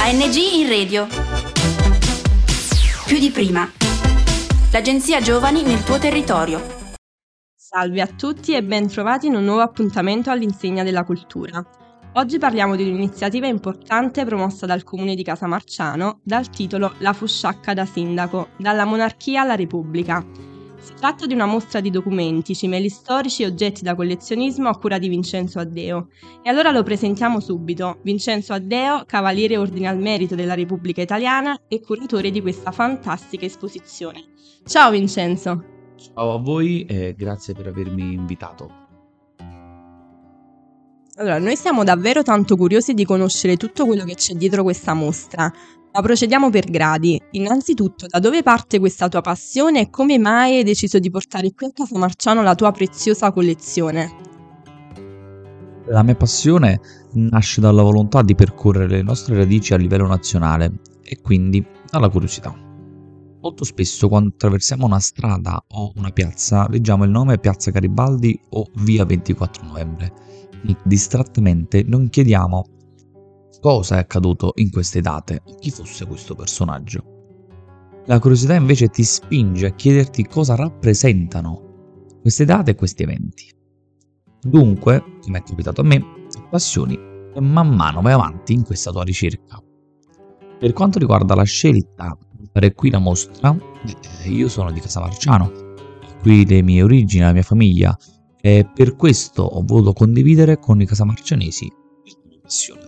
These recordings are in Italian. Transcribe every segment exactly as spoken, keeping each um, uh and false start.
A N G in radio. Più di prima. L'agenzia Giovani nel tuo territorio. Salve a tutti e ben trovati in un nuovo appuntamento all'insegna della cultura. Oggi parliamo di un'iniziativa importante promossa dal Comune di Casamarciano dal titolo La Fusciacca da Sindaco, dalla monarchia alla Repubblica. Si tratta di una mostra di documenti, cimeli storici e oggetti da collezionismo a cura di Vincenzo Addeo. E allora lo presentiamo subito. Vincenzo Addeo, Cavaliere Ordine al Merito della Repubblica Italiana e curatore di questa fantastica esposizione. Ciao Vincenzo! Ciao a voi e grazie per avermi invitato. Allora, noi siamo davvero tanto curiosi di conoscere tutto quello che c'è dietro questa mostra, ma procediamo per gradi. Innanzitutto, da dove parte questa tua passione e come mai hai deciso di portare qui a Casamarciano la tua preziosa collezione? La mia passione nasce dalla volontà di percorrere le nostre radici a livello nazionale e quindi dalla curiosità. Molto spesso quando attraversiamo una strada o una piazza leggiamo il nome Piazza Garibaldi o Via ventiquattro Novembre e distrattamente non chiediamo cosa è accaduto in queste date o chi fosse questo personaggio. La curiosità invece ti spinge a chiederti cosa rappresentano queste date e questi eventi. Dunque, come è capitato a me, ti appassioni e man mano vai avanti in questa tua ricerca. Per quanto riguarda la scelta di fare qui la mostra, io sono di Casamarciano, qui le mie origini, la mia famiglia, e per questo ho voluto condividere con i casamarcianesi la mia passione.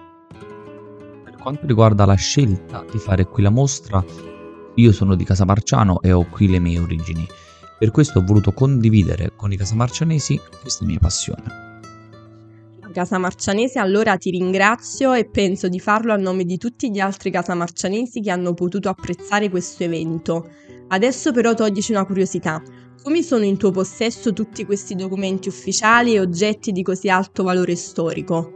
Per quanto riguarda la scelta di fare qui la mostra, io sono di Casamarciano e ho qui le mie origini, per questo ho voluto condividere con i casamarcianesi questa mia passione. Casamarcianese, allora ti ringrazio e penso di farlo a nome di tutti gli altri casamarcianesi che hanno potuto apprezzare questo evento. Adesso però toglici una curiosità. Come sono in tuo possesso tutti questi documenti ufficiali e oggetti di così alto valore storico?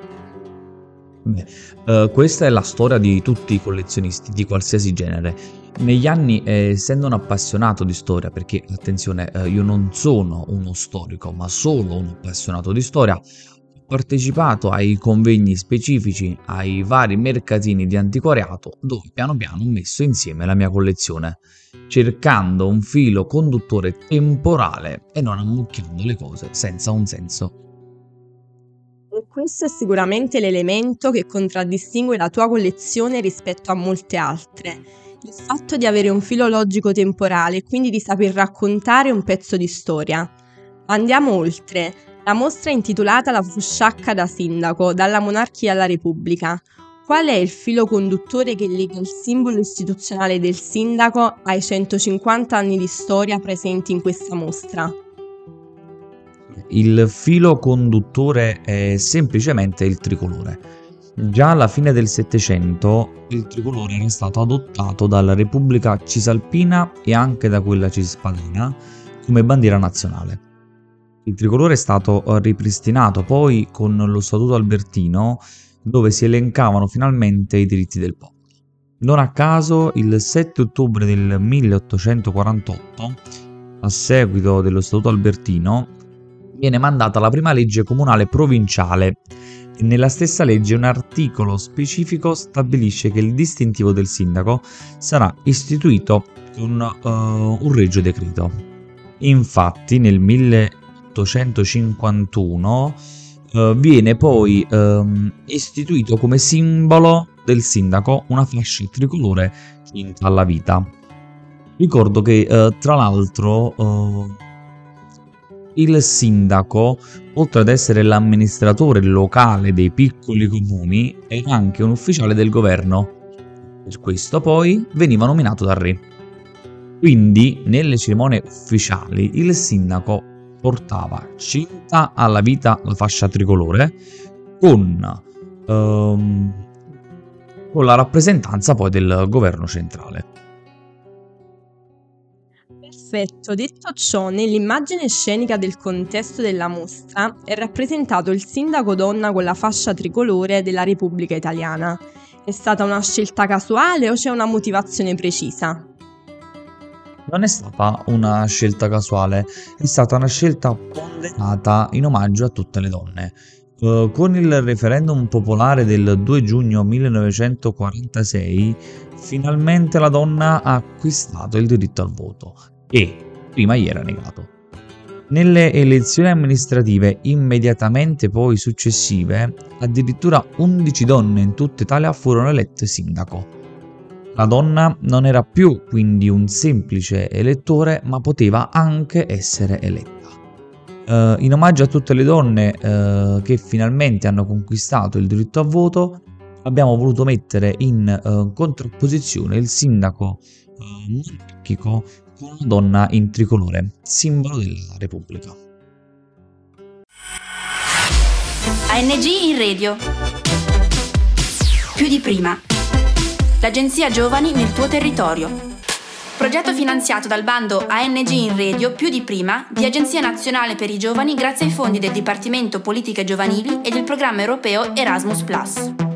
Beh, eh, questa è la storia di tutti i collezionisti di qualsiasi genere. Negli anni, eh, essendo un appassionato di storia, perché attenzione, eh, io non sono uno storico, ma solo un appassionato di storia, ho partecipato ai convegni specifici, ai vari mercatini di antiquariato, dove piano piano ho messo insieme la mia collezione, cercando un filo conduttore temporale e non ammucchiando le cose senza un senso. E questo è sicuramente l'elemento che contraddistingue la tua collezione rispetto a molte altre. Il fatto di avere un filo logico temporale e quindi di saper raccontare un pezzo di storia. Andiamo oltre. La mostra è intitolata La Fusciacca da Sindaco, dalla monarchia alla Repubblica. Qual è il filo conduttore che lega il simbolo istituzionale del sindaco ai centocinquanta anni di storia presenti in questa mostra? Il filo conduttore è semplicemente il tricolore. Già alla fine del Settecento il tricolore era stato adottato dalla Repubblica Cisalpina e anche da quella cispadana come bandiera nazionale. Il tricolore è stato ripristinato poi con lo Statuto Albertino, dove si elencavano finalmente i diritti del popolo. Non a caso, il sette ottobre del milleottocentoquarantotto, a seguito dello Statuto Albertino, viene mandata la prima legge comunale provinciale e nella stessa legge un articolo specifico stabilisce che il distintivo del sindaco sarà istituito con uh, un regio decreto. Infatti nel milleottocentocinquantuno uh, viene poi uh, istituito come simbolo del sindaco una fascia tricolore cinta alla vita. Ricordo che uh, tra l'altro uh, il sindaco, oltre ad essere l'amministratore locale dei piccoli comuni, era anche un ufficiale del governo. Per questo poi veniva nominato dal re. Quindi, nelle cerimonie ufficiali, il sindaco portava cinta alla vita la fascia tricolore con, ehm, con la rappresentanza poi del governo centrale. Perfetto, detto ciò, nell'immagine scenica del contesto della mostra è rappresentato il sindaco donna con la fascia tricolore della Repubblica Italiana. È stata una scelta casuale o c'è una motivazione precisa? Non è stata una scelta casuale, è stata una scelta ponderata in omaggio a tutte le donne. Uh, con il referendum popolare del due giugno millenovecentoquarantasei, finalmente la donna ha acquistato il diritto al voto e prima gli era negato. Nelle elezioni amministrative immediatamente poi successive, addirittura undici donne in tutta Italia furono elette sindaco. La donna non era più quindi un semplice elettore, ma poteva anche essere eletta. Uh, in omaggio a tutte le donne uh, che finalmente hanno conquistato il diritto a voto, abbiamo voluto mettere in uh, contrapposizione il sindaco uh, monarchico con una donna in tricolore, simbolo della Repubblica. A N G in radio. Più di prima. L'agenzia Giovani nel tuo territorio. Progetto finanziato dal bando A N G in radio più di prima di Agenzia Nazionale per i Giovani grazie ai fondi del Dipartimento Politiche Giovanili e del programma europeo Erasmus plus.